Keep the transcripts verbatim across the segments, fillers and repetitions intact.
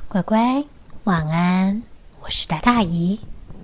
乖乖，晚安，我是大大姨。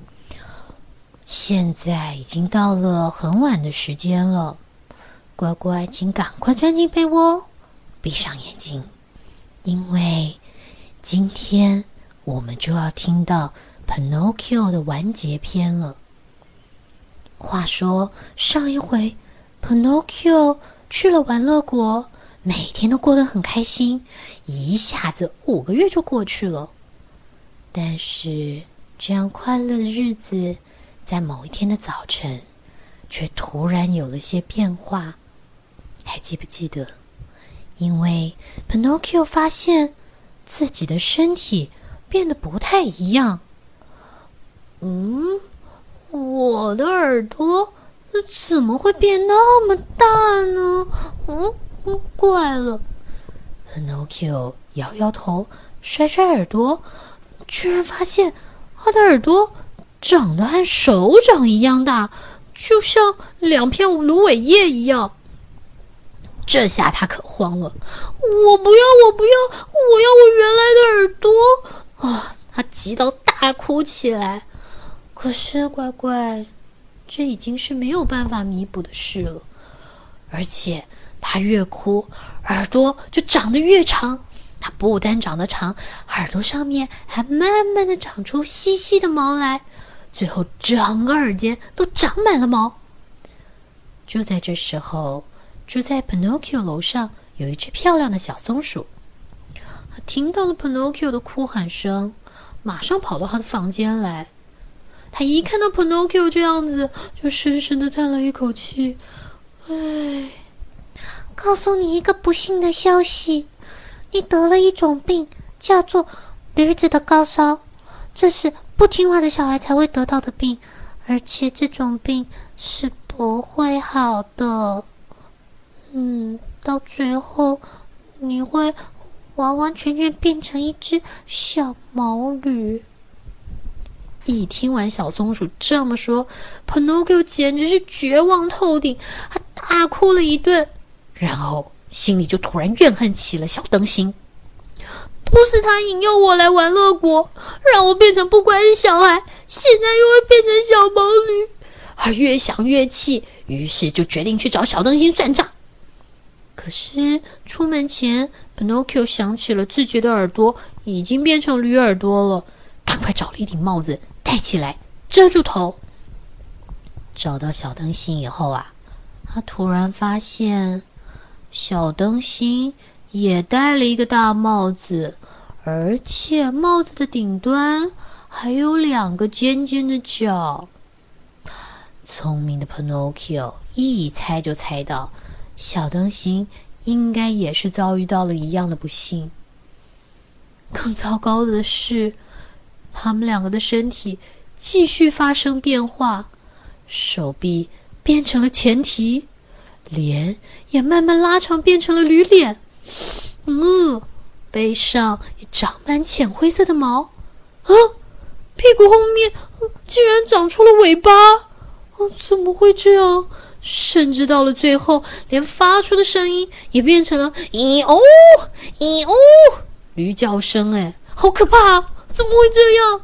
现在已经到了很晚的时间了，乖乖，请赶快钻进被窝，闭上眼睛，因为今天我们就要听到 Pinocchio 的完结篇了。话说上一回 Pinocchio 去了玩乐国，每天都过得很开心，一下子五个月就过去了。但是这样快乐的日子在某一天的早晨却突然有了些变化。还记不记得？因为 Pinocchio 发现自己的身体变得不太一样。嗯，我的耳朵怎么会变那么大呢？嗯，怪了。Pinocchio 摇摇头，甩甩耳朵，居然发现他的耳朵长得和手掌一样大，就像两片芦苇叶一样。这下他可慌了，我不要，我不要，我要我原来的耳朵啊！他急到大哭起来。可是乖乖，这已经是没有办法弥补的事了。而且他越哭，耳朵就长得越长。它不单长得长，耳朵上面还慢慢的长出细细的毛来，最后整个耳尖都长满了毛。就在这时候，住在 Pinocchio 楼上有一只漂亮的小松鼠，它听到了 Pinocchio 的哭喊声，马上跑到他的房间来。他一看到 Pinocchio 这样子，就深深的叹了一口气。唉， 告诉你一个不幸的消息，你得了一种病，叫做驴子的高烧，这是不听话的小孩才会得到的病，而且这种病是不会好的。嗯，到最后你会完完全全变成一只小毛驴。 一听完小松鼠这么说， Pinocchio 简直是绝望透顶，他大哭了一顿，然后心里就突然怨恨起了小灯芯。都是他引诱我来玩乐国，让我变成不乖的小孩，现在又会变成小毛驴。他越想越气，于是就决定去找小灯芯算账。可是出门前 Pinocchio 想起了自己的耳朵已经变成驴耳朵了，赶快找了一顶帽子戴起来遮住头。找到小灯芯以后啊，他突然发现小灯芯也戴了一个大帽子，而且帽子的顶端还有两个尖尖的角。聪明的 Pinocchio 一猜就猜到小灯芯应该也是遭遇到了一样的不幸。更糟糕的是，他们两个的身体继续发生变化，手臂变成了前蹄，脸也慢慢拉长变成了驴脸。嗯，背上也长满浅灰色的毛。啊，屁股后面竟然长出了尾巴。哦，怎么会这样？甚至到了最后，连发出的声音也变成了咦哦咦哦驴叫声。哎，好可怕啊！怎么会这样？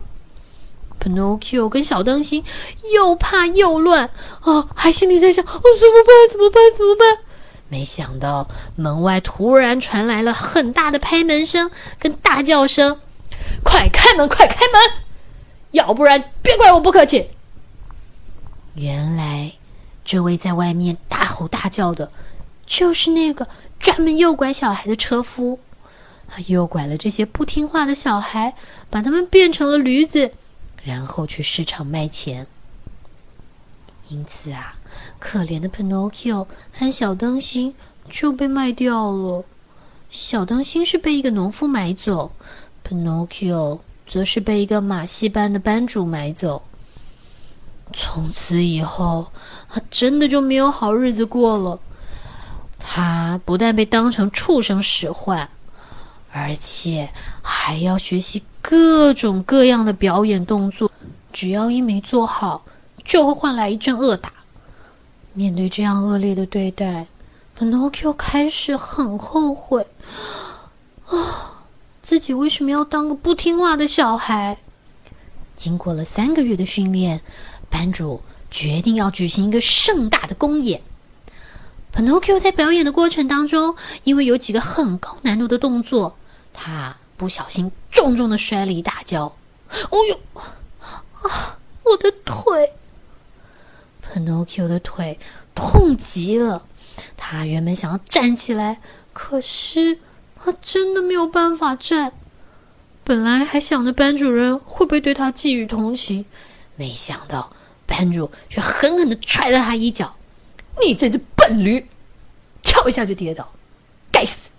Pinocchio 跟小灯芯又怕又乱啊，还心里在想：哦，怎么办？怎么办？怎么办？没想到门外突然传来了很大的拍门声跟大叫声：“快开门！快开门！要不然别怪我不客气！”原来这位在外面大吼大叫的就是那个专门诱拐小孩的车夫。他诱拐了这些不听话的小孩，把他们变成了驴子，然后去市场卖钱。因此啊，可怜的 Pinocchio 和小灯芯就被卖掉了。小灯芯是被一个农夫买走， Pinocchio 则是被一个马戏班的班主买走。从此以后，他真的就没有好日子过了。他不但被当成畜生使唤，而且还要学习各种各样的表演动作，只要一没做好，就会换来一阵恶打。面对这样恶劣的对待， Pinocchio 开始很后悔啊， 自己为什么要当个不听话的小孩。经过了三个月的训练，班主决定要举行一个盛大的公演。Pinocchio 在表演的过程当中，因为有几个很高难度的动作，他不小心重重的摔了一大跤。哦呦，啊，我的腿！ Pinocchio 的腿痛极了，他原本想要站起来，可是他真的没有办法站。本来还想着班主任会不会对他寄予同情，没想到班主却狠狠地踹了他一脚。你这只笨驴，跳一下就跌倒，该死！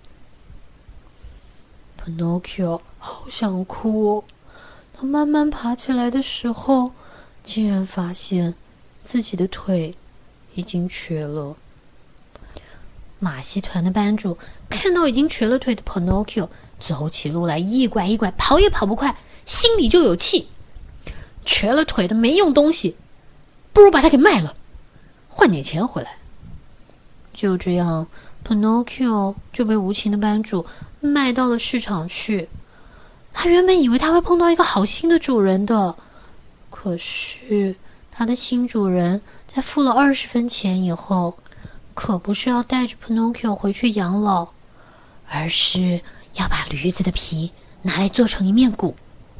Pinocchio 好想哭哦。他慢慢爬起来的时候，竟然发现自己的腿已经瘸了。马戏团的班主看到已经瘸了腿的 Pinocchio 走起路来一拐一拐，跑也跑不快，心里就有气。瘸了腿的没用东西，不如把它给卖了，换点钱回来。就这样 Pinocchio 就被无情的班主卖到了市场去。他原本以为他会碰到一个好心的主人的，可是他的新主人在付了二十分钱以后，可不是要带着 Pinocchio 回去养老，而是要把驴子的皮拿来做成一面鼓。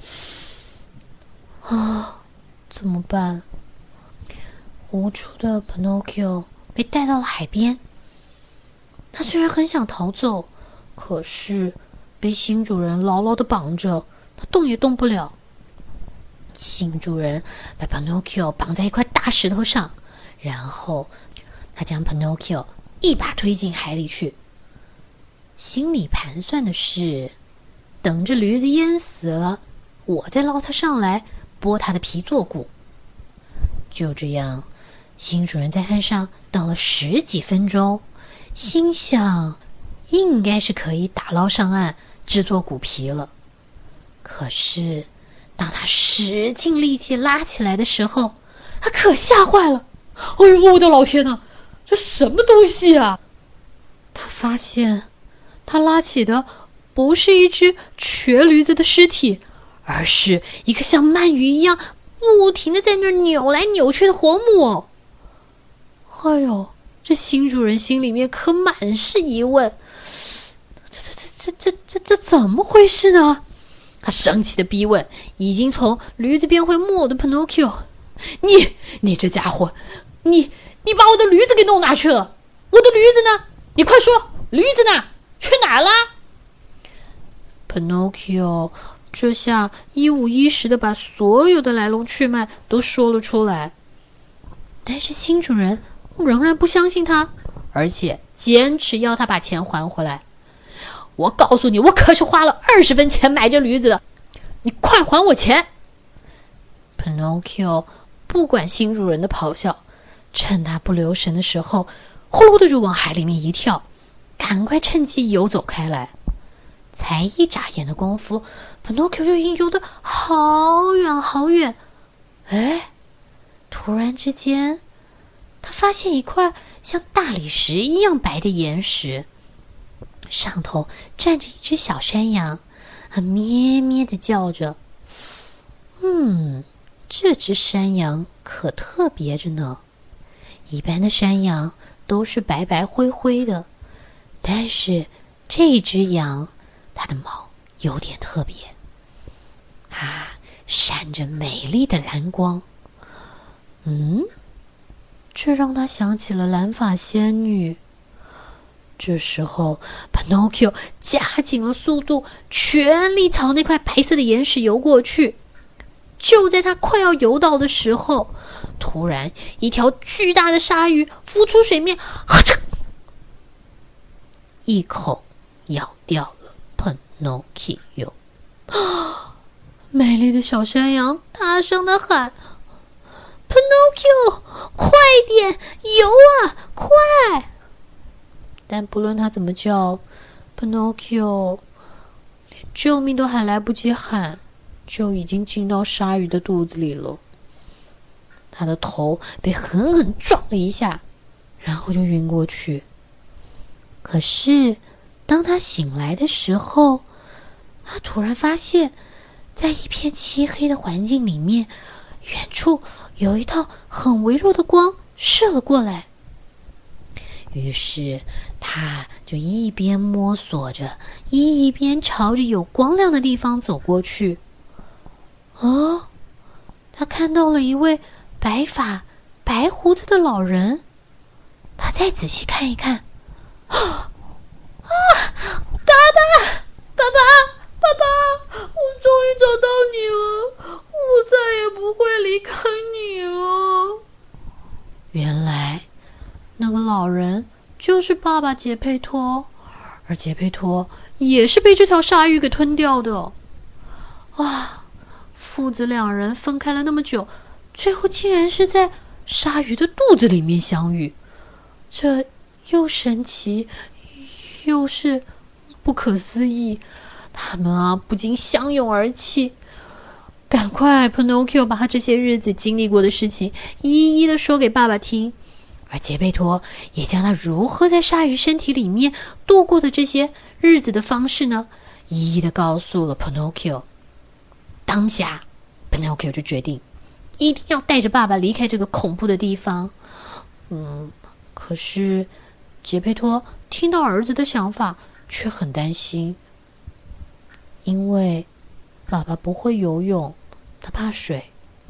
啊，怎么办？无助的 Pinocchio 被带到了海边。他虽然很想逃走，可是被新主人牢牢地绑着，他动也动不了。新主人把 Pinocchio 绑在一块大石头上，然后他将 Pinocchio 一把推进海里去。心里盘算的是，等着驴子淹死了，我再捞他上来，剥他的皮做鼓。就这样，新主人在岸上等了十几分钟，心想应该是可以打捞上岸制作鼓皮了。可是当他使尽力气拉起来的时候，他可吓坏了。哎呦，我的老天哪，这什么东西啊！他发现他拉起的不是一只瘸驴子的尸体，而是一个像鳗鱼一样不停地在那儿扭来扭去的活木偶。哎呦，这新主人心里面可满是疑问，这这这这这这怎么回事呢？他生气的逼问已经从驴子变回木偶的 Pinocchio： 你你这家伙，你你把我的驴子给弄哪去了？我的驴子呢？你快说，驴子呢？去哪了？ Pinocchio 这下一五一十的把所有的来龙去脉都说了出来。但是新主人仍然不相信他，而且坚持要他把钱还回来。我告诉你，我可是花了二十分钱买这驴子的，你快还我钱！ Pinocchio 不管新主人的咆哮，趁他不留神的时候，呼噜的就往海里面一跳，赶快趁机游走开来。才一眨眼的功夫， Pinocchio 就已经游得好远好远。哎，突然之间他发现一块像大理石一样白的岩石，上头站着一只小山羊，它咩咩地叫着。嗯，这只山羊可特别着呢。一般的山羊都是白白灰灰的，但是这只羊它的毛有点特别，它闪着美丽的蓝光。嗯，这让他想起了蓝发仙女。这时候 Pinocchio 加紧了速度，全力朝那块白色的岩石游过去。就在他快要游到的时候，突然一条巨大的鲨鱼浮出水面，一口咬掉了 Pinocchio。美丽的小山羊大声地喊：“Pinocchio，快点游啊，快！”但不论他怎么叫， Pinocchio 连救命都还来不及喊，就已经进到鲨鱼的肚子里了。他的头被狠狠撞了一下，然后就晕过去。可是当他醒来的时候， 他突然发现，在一片漆黑的环境里面，远处有一道很微弱的光射了过来。于是他就一边摸索着，一边朝着有光亮的地方走过去。哦，他看到了一位白发白胡子的老人。他再仔细看一看，啊啊！爸爸，爸爸，爸爸！我终于找到你了，我再也不会离开你了。原来那个老人就是爸爸杰佩托，而杰佩托也是被这条鲨鱼给吞掉的。啊，父子两人分开了那么久，最后竟然是在鲨鱼的肚子里面相遇，这又神奇又是不可思议。他们啊不禁相拥而泣。赶快 Pinocchio 把他这些日子经历过的事情一一的说给爸爸听，而杰佩托也将他如何在鲨鱼身体里面度过的这些日子的方式呢，一一的告诉了 Pinocchio。 当下 Pinocchio 就决定一定要带着爸爸离开这个恐怖的地方。嗯，可是杰佩托听到儿子的想法却很担心，因为爸爸不会游泳，他怕水。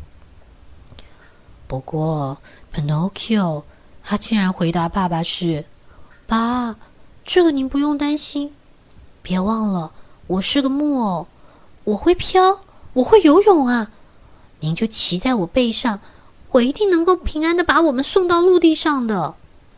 不过 Pinocchio 他竟然回答爸爸是：爸，这个您不用担心，别忘了我是个木偶，我会飘，我会游泳啊，您就骑在我背上，我一定能够平安的把我们送到陆地上的。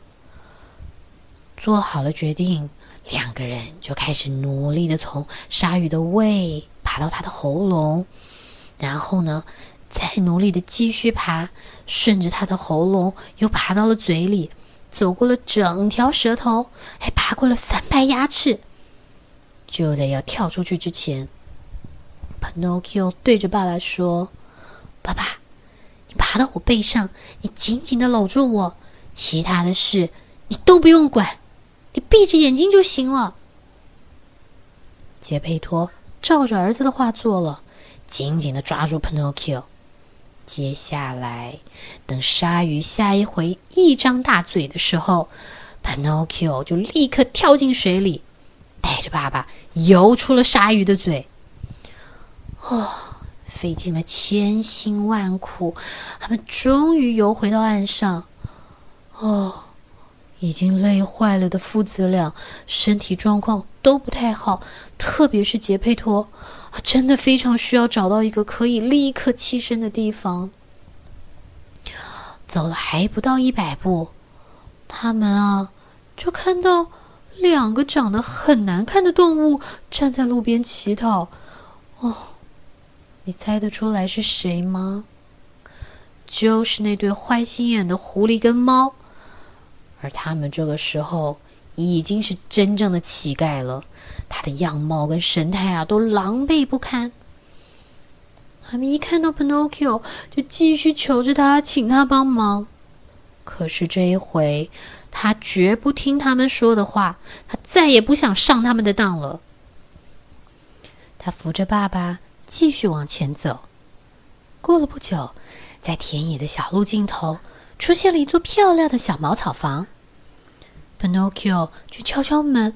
做好了决定，两个人就开始努力的从鲨鱼的胃爬到它的喉咙，然后呢再努力的继续爬，顺着它的喉咙又爬到了嘴里，走过了整条舌头，还爬过了三排牙齿。就在要跳出去之前， Pinocchio 对着爸爸说：爸爸，你爬到我背上，你紧紧的搂住我，其他的事你都不用管，你闭着眼睛就行了。杰佩托照着儿子的话做了，紧紧地抓住 Pinocchio。 接下来等鲨鱼下一回一张大嘴的时候， Pinocchio 就立刻跳进水里，带着爸爸游出了鲨鱼的嘴。哦，费尽了千辛万苦，他们终于游回到岸上。哦，已经累坏了的父子俩身体状况都不太好，特别是杰佩托，真的非常需要找到一个可以立刻栖身的地方。走了还不到一百步，他们啊就看到两个长得很难看的动物站在路边乞讨。哦，你猜得出来是谁吗？就是那对坏心眼的狐狸跟猫。而他们这个时候已经是真正的乞丐了，他的样貌跟神态啊都狼狈不堪。他们一看到 Pinocchio 就继续求着他，请他帮忙。可是这一回他绝不听他们说的话，他再也不想上他们的当了。他扶着爸爸继续往前走。过了不久，在田野的小路尽头出现了一座漂亮的小茅草房。Pinocchio 去敲敲门，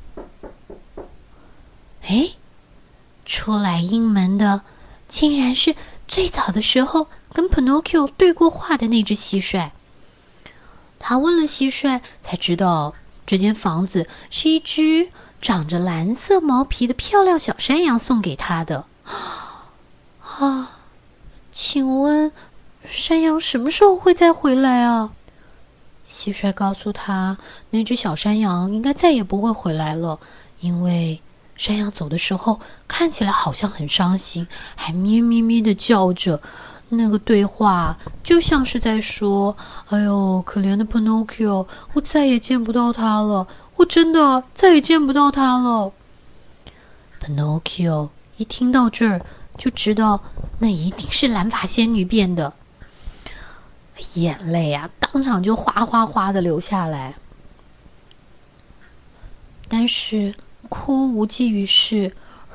哎，出来应门的竟然是最早的时候跟 Pinocchio 对过话的那只蟋蟀。他问了蟋蟀，才知道这间房子是一只长着蓝色毛皮的漂亮小山羊送给他的。啊，请问山羊什么时候会再回来啊？蟋蟀告诉他，那只小山羊应该再也不会回来了，因为山羊走的时候看起来好像很伤心，还咩咩咩的叫着。那个对话就像是在说：哎呦，可怜的 Pinocchio， 我再也见不到他了，我真的再也见不到他了。Pinocchio 一听到这儿就知道那一定是蓝发仙女变的，眼泪啊当场就哗哗哗的流下来。但是哭无济于事，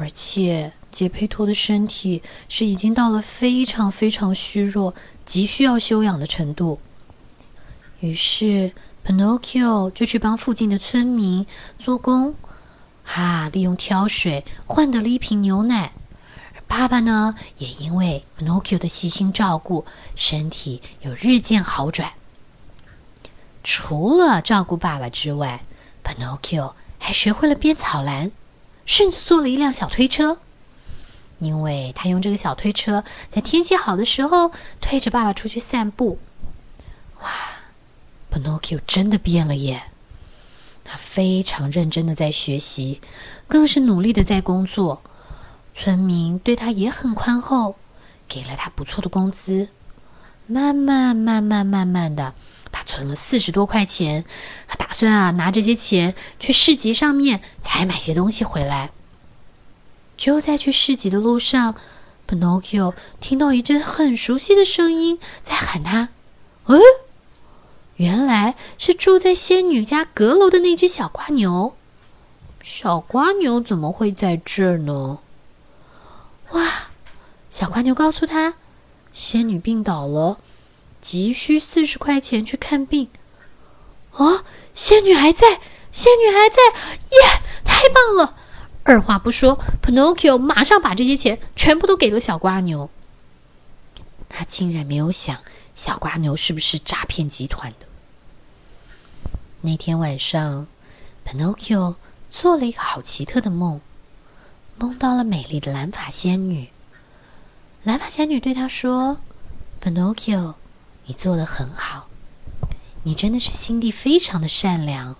而且杰佩托的身体是已经到了非常非常虚弱，急需要休养的程度。于是 Pinocchio 就去帮附近的村民做工，啊，利用挑水换得了一瓶牛奶。而爸爸呢，也因为 Pinocchio 的细心照顾，身体有日渐好转。除了照顾爸爸之外， Pinocchio 还学会了编草篮，甚至做了一辆小推车。因为他用这个小推车在天气好的时候推着爸爸出去散步。哇， Pinocchio 真的变了耶！他非常认真的在学习，更是努力的在工作。村民对他也很宽厚，给了他不错的工资。慢慢慢慢慢慢的，他存了四十多块钱。他打算啊拿这些钱去市集上面采买些东西回来。就在去市集的路上， Pinocchio 听到一阵很熟悉的声音在喊他。诶，原来是住在仙女家阁楼的那只小瓜牛。小瓜牛怎么会在这儿呢？哇，小瓜牛告诉他，仙女病倒了，急需四十块钱去看病。啊，仙女还在，仙女还在，耶，太棒了！二话不说， Pinocchio 马上把这些钱全部都给了小瓜牛。他竟然没有想小瓜牛是不是诈骗集团的。那天晚上， Pinocchio 做了一个好奇特的梦，梦到了美丽的蓝发仙女。蓝发仙女对他说， Pinocchio， 你做得很好，你真的是心地非常的善良。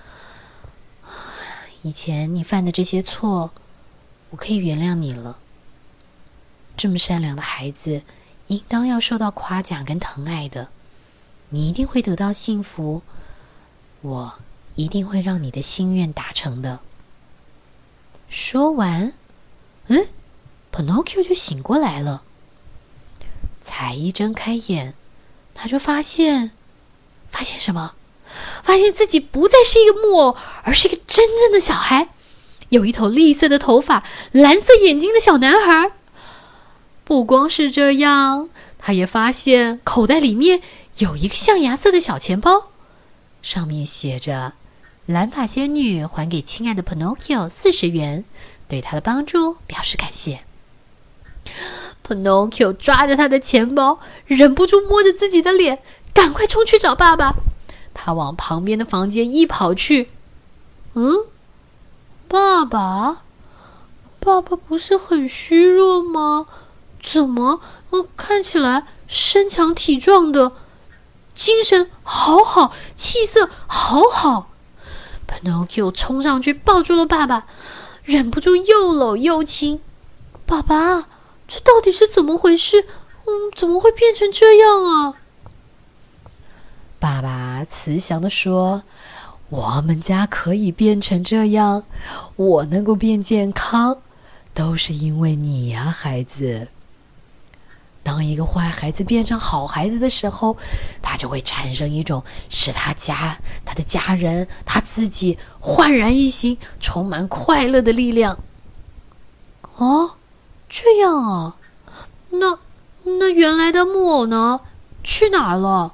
以前你犯的这些错，我可以原谅你了。这么善良的孩子，应当要受到夸奖跟疼爱的。你一定会得到幸福，我一定会让你的心愿达成的。说完，嗯 Pinocchio 就醒过来了。才一睁开眼，他就发现，发现什么？发现自己不再是一个木偶，而是一个真正的小孩，有一头栗色的头发，蓝色眼睛的小男孩。不光是这样，他也发现口袋里面有一个象牙色的小钱包，上面写着蓝发仙女还给亲爱的 Pinocchio 四十元，对他的帮助表示感谢。Pinocchio 抓着他的钱包，忍不住摸着自己的脸，赶快冲去找爸爸。他往旁边的房间一跑去，嗯，爸爸，爸爸不是很虚弱吗？怎么，呃，看起来身强体壮的，精神好好，气色好好。Pinocchio 冲上去抱住了爸爸，忍不住又搂又亲。爸爸，这到底是怎么回事？嗯，怎么会变成这样啊？爸爸慈祥地说，我们家可以变成这样，我能够变健康，都是因为你呀，孩子。当一个坏孩子变成好孩子的时候，他就会产生一种使他家、他的家人、他自己焕然一新、充满快乐的力量。哦，这样啊，那那原来的木偶呢？去哪儿了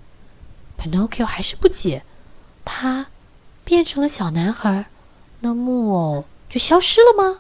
？Pinocchio 还是不解，他变成了小男孩，那木偶就消失了吗？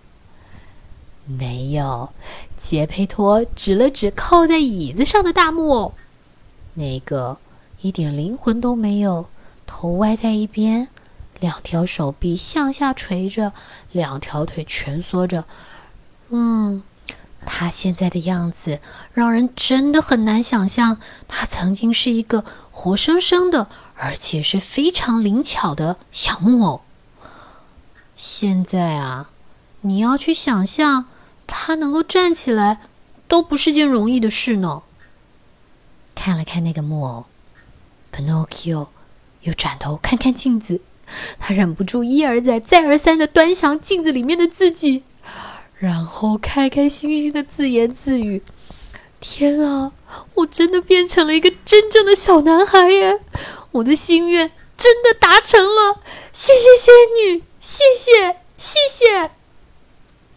没有，杰佩托指了指靠在椅子上的大木偶，那个一点灵魂都没有，头歪在一边，两条手臂向下垂着，两条腿蜷缩着。嗯，他现在的样子让人真的很难想象，他曾经是一个活生生的，而且是非常灵巧的小木偶。现在啊，你要去想象他能够站起来，都不是件容易的事呢。看了看那个木偶， Pinocchio 又转头看看镜子，他忍不住一而再再而三地端详镜子里面的自己，然后开开心心的自言自语，天啊，我真的变成了一个真正的小男孩耶！我的心愿真的达成了，谢谢仙女，谢谢谢谢。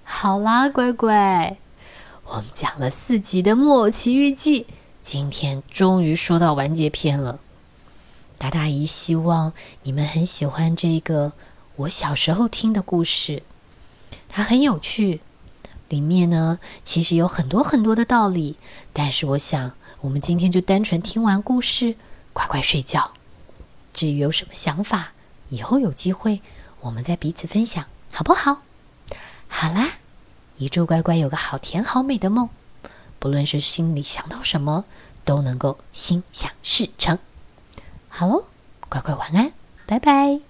好啦，乖乖，我们讲了四集的《木偶奇遇记》，今天终于说到完结篇了。大大姨希望你们很喜欢这个我小时候听的故事，它很有趣，里面呢其实有很多很多的道理，但是我想我们今天就单纯听完故事，乖乖睡觉。至于有什么想法，以后有机会我们再彼此分享，好不好？好啦，也祝乖乖有个好甜好美的梦，不论是心里想到什么，都能够心想事成。好喽，乖乖晚安，拜拜。